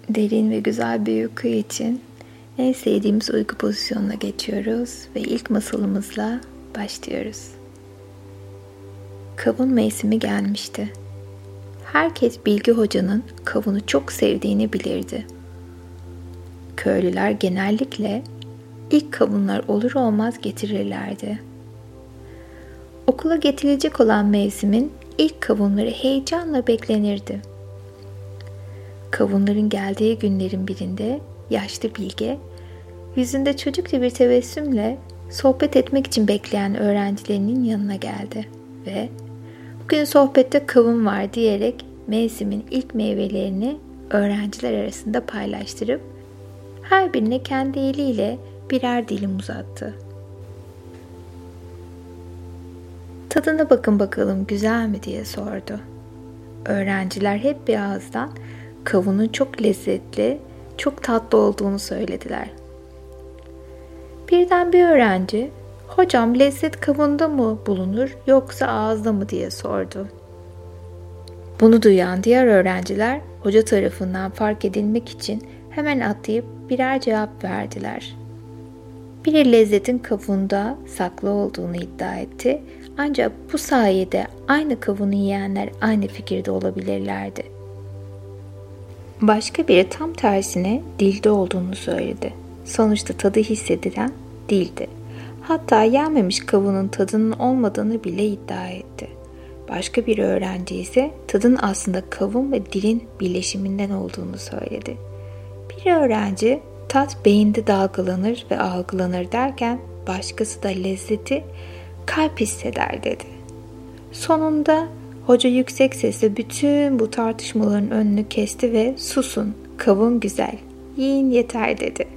Derin ve güzel bir uyku için en sevdiğimiz uyku pozisyonuna geçiyoruz ve ilk masalımızla başlıyoruz. Kavun mevsimi gelmişti. Herkes Bilge Hoca'nın kavunu çok sevdiğini bilirdi. Köylüler genellikle ilk kavunlar olur olmaz getirirlerdi. Okula getirilecek olan mevsimin ilk kavunları heyecanla beklenirdi. Kavunların geldiği günlerin birinde yaşlı Bilge, yüzünde çocukça bir tebessümle sohbet etmek için bekleyen öğrencilerinin yanına geldi ve "Bugün sohbette kavun var" diyerek mevsimin ilk meyvelerini öğrenciler arasında paylaştırıp her birine kendi eliyle birer dilim uzattı. "Tadına bakın bakalım güzel mi?" diye sordu. Öğrenciler hep bir ağızdan kavunun çok lezzetli, çok tatlı olduğunu söylediler. Birden bir öğrenci, "Hocam, lezzet kavunda mı bulunur yoksa ağızda mı?" diye sordu. Bunu duyan diğer öğrenciler hoca tarafından fark edilmek için hemen atlayıp birer cevap verdiler. Biri lezzetin kavunda saklı olduğunu iddia etti, ancak bu sayede aynı kavunu yiyenler aynı fikirde olabilirlerdi. Başka biri tam tersine dilde olduğunu söyledi. Sonuçta tadı hissedilen dildi. Hatta yenmemiş kavunun tadının olmadığını bile iddia etti. Başka bir öğrenci ise tadın aslında kavun ve dilin birleşiminden olduğunu söyledi. Bir öğrenci tat beyinde dalgalanır ve algılanır derken başkası da lezzeti kalp hisseder dedi. Sonunda hoca yüksek sesle bütün bu tartışmaların önünü kesti ve "Susun, kavun güzel, yiyin yeter" dedi.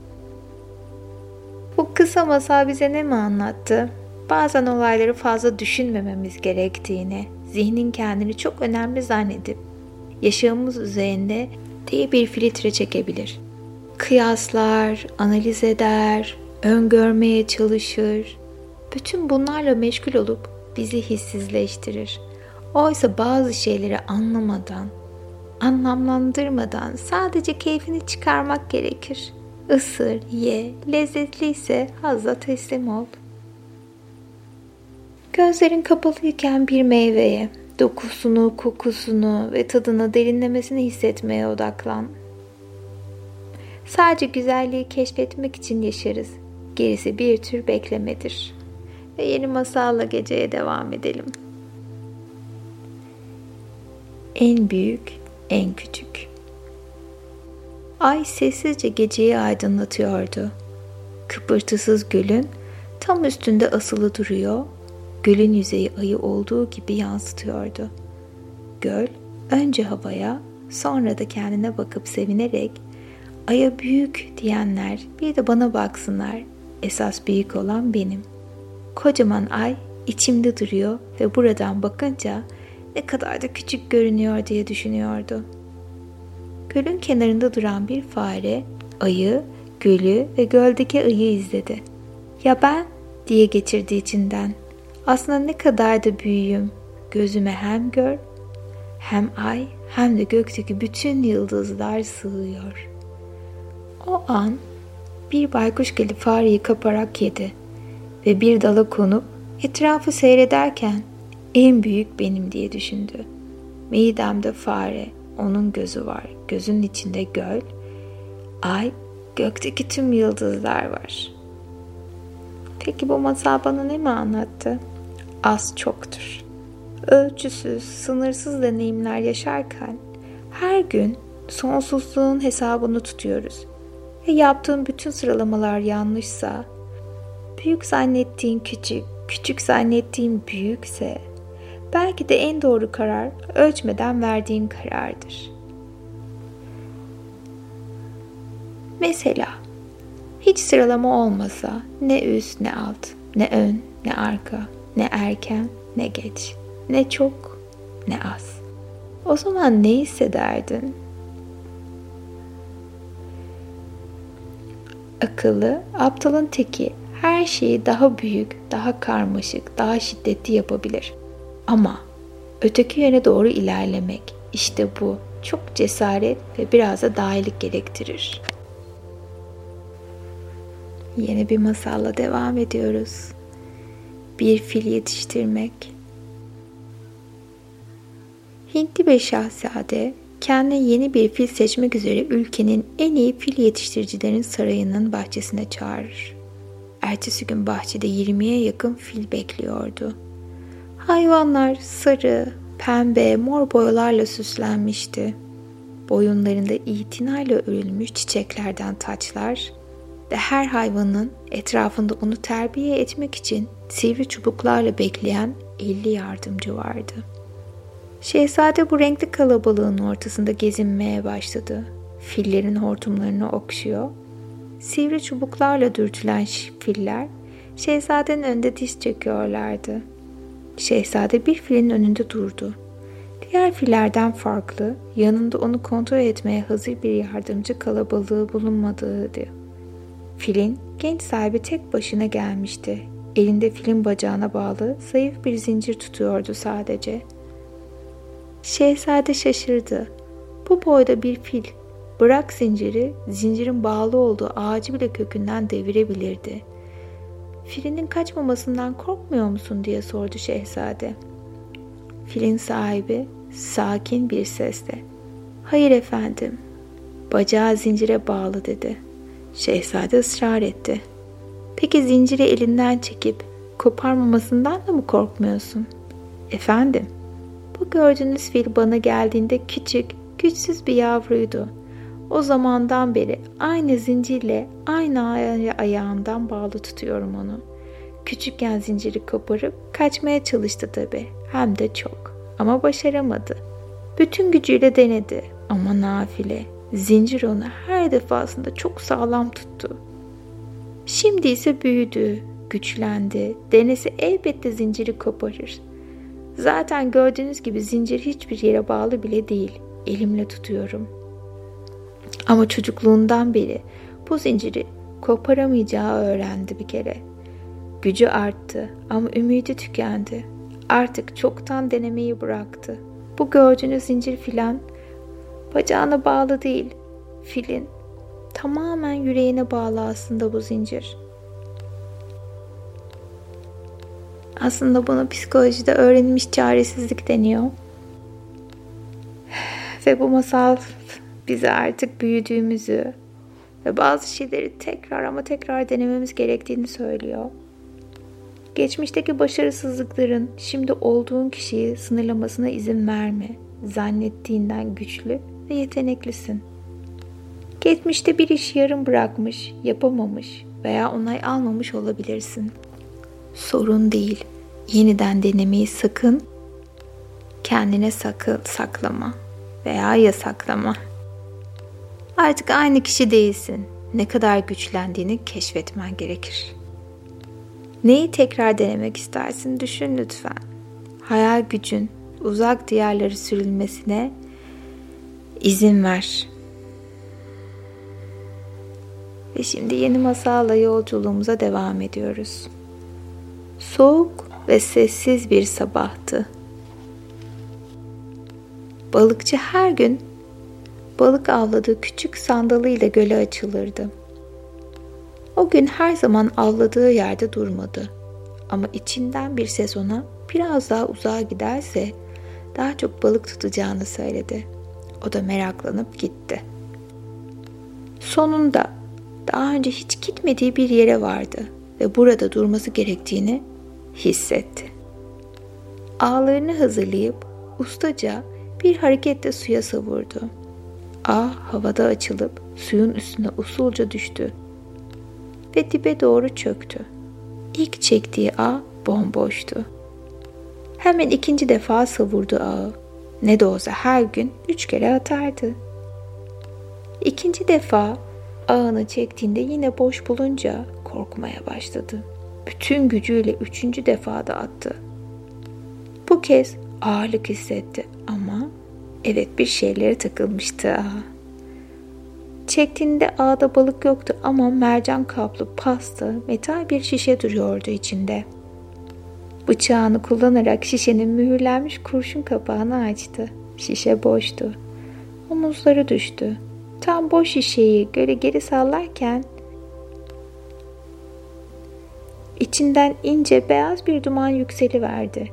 Bu kısa masal bize ne mi anlattı? Bazen olayları fazla düşünmememiz gerektiğini, zihnin kendini çok önemli zannedip yaşamımız üzerinde diye bir filtre çekebilir. Kıyaslar, analiz eder, öngörmeye çalışır. Bütün bunlarla meşgul olup bizi hissizleştirir. Oysa bazı şeyleri anlamadan, anlamlandırmadan sadece keyfini çıkarmak gerekir. Isır, ye, lezzetliyse hazza teslim ol. Gözlerin kapalıyken bir meyveye, dokusunu, kokusunu ve tadını derinlemesine hissetmeye odaklan. Sadece güzelliği keşfetmek için yaşarız. Gerisi bir tür beklemedir. Ve yeni masalla geceye devam edelim. En büyük, en küçük. Ay sessizce geceyi aydınlatıyordu. Kıpırtısız gölün tam üstünde asılı duruyor, gölün yüzeyi ayı olduğu gibi yansıtıyordu. Göl önce havaya, sonra da kendine bakıp sevinerek "Aya büyük" diyenler bir de bana baksınlar, esas büyük olan benim. Kocaman ay içimde duruyor ve buradan bakınca ne kadar da küçük görünüyor diye düşünüyordu. Gölün kenarında duran bir fare ayı, gölü ve göldeki ayıyı izledi. "Ya ben?" diye geçirdi içinden. "Aslında ne kadar da büyüğüm. Gözüme hem göl, hem ay, hem de gökteki bütün yıldızlar sığıyor." O an bir baykuş gelip fareyi kaparak yedi ve bir dala konup etrafı seyrederken "En büyük benim" diye düşündü. Midemde fare, onun gözü var, gözün içinde göl, ay, gökteki tüm yıldızlar var. Peki bu masal bana ne mi anlattı? Az çoktur. Ölçüsüz, sınırsız deneyimler yaşarken her gün sonsuzluğun hesabını tutuyoruz. Ve yaptığın bütün sıralamalar yanlışsa, büyük zannettiğin küçük, küçük zannettiğin büyükse, belki de en doğru karar ölçmeden verdiğin karardır. Mesela hiç sıralama olmasa ne üst ne alt, ne ön ne arka, ne erken ne geç, ne çok ne az. O zaman ne hissederdin? Akıllı, aptalın teki her şeyi daha büyük, daha karmaşık, daha şiddetli yapabilir. Ama öteki yöne doğru ilerlemek, işte bu çok cesaret ve biraz da dahilik gerektirir. Yeni bir masalla devam ediyoruz. Bir fil yetiştirmek. Hintli bir şahzade kendine yeni bir fil seçmek üzere ülkenin en iyi fil yetiştiricilerin sarayının bahçesine çağırır. Ertesi gün bahçede 20'ye yakın fil bekliyordu. Hayvanlar sarı, pembe, mor boyalarla süslenmişti. Boyunlarında itinayla örülmüş çiçeklerden taçlar ve her hayvanın etrafında onu terbiye etmek için sivri çubuklarla bekleyen 50 yardımcı vardı. Şehzade bu renkli kalabalığın ortasında gezinmeye başladı. Fillerin hortumlarını okşuyor. Sivri çubuklarla dürtülen filler şehzadenin önünde diz çekiyorlardı. Şehzade bir filin önünde durdu. Diğer fillerden farklı, yanında onu kontrol etmeye hazır bir yardımcı kalabalığı bulunmadığıydı. Filin genç sahibi tek başına gelmişti. Elinde filin bacağına bağlı zayıf bir zincir tutuyordu sadece. Şehzade şaşırdı. Bu boyda bir fil, bırak zinciri, zincirin bağlı olduğu ağacı bile kökünden devirebilirdi. Filinin kaçmamasından korkmuyor musun diye sordu şehzade. Filin sahibi sakin bir sesle, hayır efendim, bacağı zincire bağlı dedi. Şehzade ısrar etti. Peki zinciri elinden çekip koparmamasından da mı korkmuyorsun? Efendim, bu gördüğünüz fil bana geldiğinde küçük, güçsüz bir yavruydu. O zamandan beri aynı zincirle aynı ayağından bağlı tutuyorum onu. Küçükken zinciri koparıp kaçmaya çalıştı tabii. Hem de çok. Ama başaramadı. Bütün gücüyle denedi. Ama nafile. Zincir onu her defasında çok sağlam tuttu. Şimdi ise büyüdü, güçlendi. Denese elbette zinciri koparır. Zaten gördüğünüz gibi zincir hiçbir yere bağlı bile değil. Elimle tutuyorum. Ama çocukluğundan beri bu zinciri koparamayacağı öğrendi bir kere. Gücü arttı ama ümidi tükendi. Artık çoktan denemeyi bıraktı. Bu gördüğünüz zincir filan bacağına bağlı değil. Filin tamamen yüreğine bağlı aslında bu zincir. Aslında buna psikolojide öğrenilmiş çaresizlik deniyor. Ve bu masal bize artık büyüdüğümüzü ve bazı şeyleri tekrar ama tekrar denememiz gerektiğini söylüyor. Geçmişteki başarısızlıkların şimdi olduğun kişiyi sınırlamasına izin verme. Zannettiğinden güçlü ve yeteneklisin. Geçmişte bir işi yarım bırakmış, yapamamış veya onay almamış olabilirsin. Sorun değil. Yeniden denemeyi sakın kendine saklama veya yasaklama. Artık aynı kişi değilsin. Ne kadar güçlendiğini keşfetmen gerekir. Neyi tekrar denemek istersin düşün lütfen. Hayal gücün uzak diyarları sürülmesine izin ver. Ve şimdi yeni masalla yolculuğumuza devam ediyoruz. Soğuk ve sessiz bir sabahtı. Balıkçı her gün balık avladığı küçük sandalıyla göle açılırdı. O gün her zaman avladığı yerde durmadı. Ama içinden bir ses ona biraz daha uzağa giderse daha çok balık tutacağını söyledi. O da meraklanıp gitti. Sonunda daha önce hiç gitmediği bir yere vardı ve burada durması gerektiğini hissetti. Ağlarını hazırlayıp ustaca bir hareketle suya savurdu. Ağ havada açılıp suyun üstüne usulca düştü ve dibe doğru çöktü. İlk çektiği ağ bomboştu. Hemen ikinci defa savurdu ağı. Ne de olsa her gün 3 kere atardı. İkinci defa ağını çektiğinde yine boş bulunca korkmaya başladı. Bütün gücüyle 3. defada attı. Bu kez ağırlık hissetti ama evet bir şeylere takılmıştı ağa. Çektiğinde ağda balık yoktu ama mercan kaplı pasta metal bir şişe duruyordu içinde. Bıçağını kullanarak şişenin mühürlenmiş kurşun kapağını açtı. Şişe boştu. Omuzları düştü. Tam boş şişeyi geri sallarken içinden ince beyaz bir duman yükseliverdi.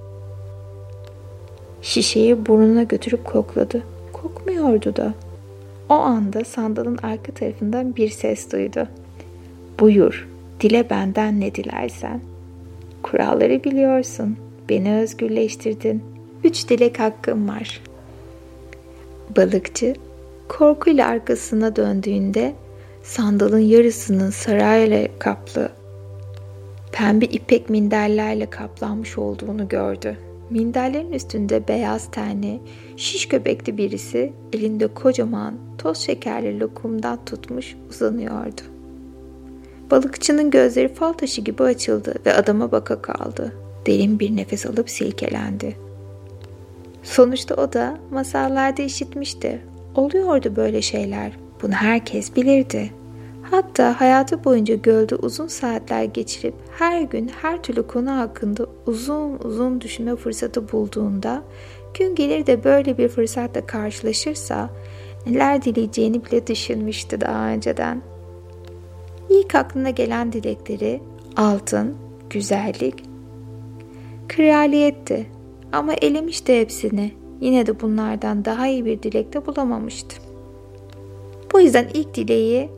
Şişeyi burnuna götürüp kokladı. Kokmuyordu da. O anda sandalın arka tarafından bir ses duydu. Buyur, dile benden ne dilersen. Kuralları biliyorsun. Beni özgürleştirdin. 3 dilek hakkım var. Balıkçı korkuyla arkasına döndüğünde sandalın yarısının sarayla kaplı, pembe ipek minderlerle kaplanmış olduğunu gördü. Minderlerin üstünde beyaz tenli, şiş göbekli birisi elinde kocaman toz şekerli lokumdan tutmuş uzanıyordu. Balıkçının gözleri fal taşı gibi açıldı ve adama baka kaldı. Derin bir nefes alıp silkelendi. Sonuçta o da masallarda işitmişti. Oluyordu böyle şeyler. Bunu herkes bilirdi. Hatta hayatı boyunca gölde uzun saatler geçirip her gün her türlü konu hakkında uzun uzun düşünme fırsatı bulduğunda, gün gelir de böyle bir fırsatla karşılaşırsa neler dileyeceğini bile düşünmüştü daha önceden. İlk aklına gelen dilekleri altın, güzellik, kraliyetti. Ama elemişti hepsini. Yine de bunlardan daha iyi bir dilekte bulamamıştı. Bu yüzden ilk dileği,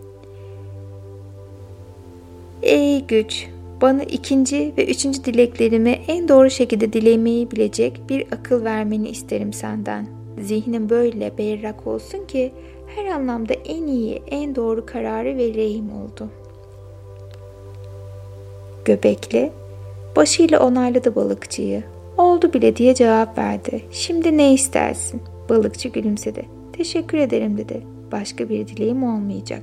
ey güç, bana ikinci ve üçüncü dileklerimi en doğru şekilde dilemeyi bilecek bir akıl vermeni isterim senden. Zihnim böyle berrak olsun ki her anlamda en iyi, en doğru kararı vereyim oldu. Göbekli, başıyla onayladı balıkçıyı. Oldu bile diye cevap verdi. Şimdi ne istersin? Balıkçı gülümsedi. Teşekkür ederim dedi. Başka bir dileğim olmayacak.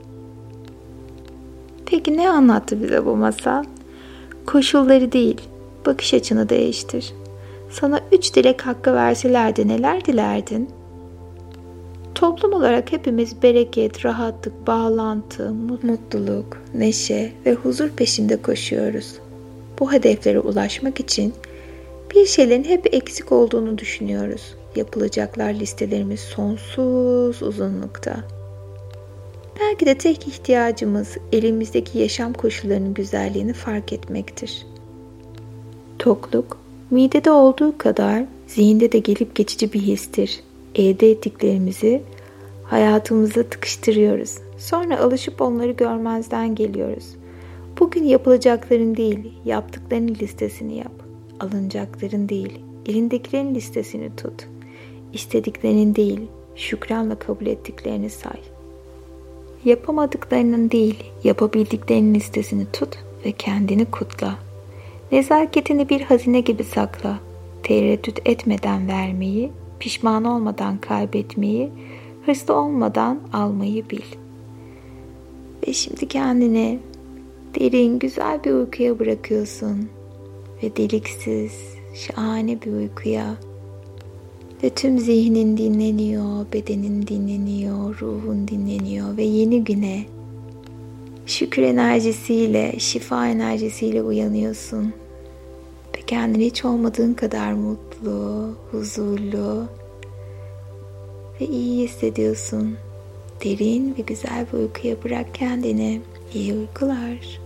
Peki ne anlattı bize bu masal? Koşulları değil, bakış açını değiştir. Sana 3 dilek hakkı verselerdi neler dilerdin? Toplum olarak hepimiz bereket, rahatlık, bağlantı, mutluluk, neşe ve huzur peşinde koşuyoruz. Bu hedeflere ulaşmak için bir şeylerin hep eksik olduğunu düşünüyoruz. Yapılacaklar listelerimiz sonsuz uzunlukta. Belki de tek ihtiyacımız elimizdeki yaşam koşullarının güzelliğini fark etmektir. Tokluk, midede olduğu kadar zihinde de gelip geçici bir histir. Elde ettiklerimizi hayatımıza tıkıştırıyoruz. Sonra alışıp onları görmezden geliyoruz. Bugün yapılacakların değil, yaptıklarının listesini yap. Alınacakların değil, elindekilerin listesini tut. İstediklerinin değil, şükranla kabul ettiklerini say. Yapamadıklarının değil, yapabildiklerinin listesini tut ve kendini kutla. Nezaketini bir hazine gibi sakla. Tereddüt etmeden vermeyi, pişman olmadan kaybetmeyi, hırslı olmadan almayı bil. Ve şimdi kendini derin, güzel bir uykuya bırakıyorsun. Ve deliksiz, şahane bir uykuya. Ve tüm zihnin dinleniyor, bedenin dinleniyor, ruhun dinleniyor ve yeni güne şükür enerjisiyle, şifa enerjisiyle uyanıyorsun. Ve kendini hiç olmadığın kadar mutlu, huzurlu ve iyi hissediyorsun. Derin ve güzel bir uykuya bırak kendini. İyi uykular.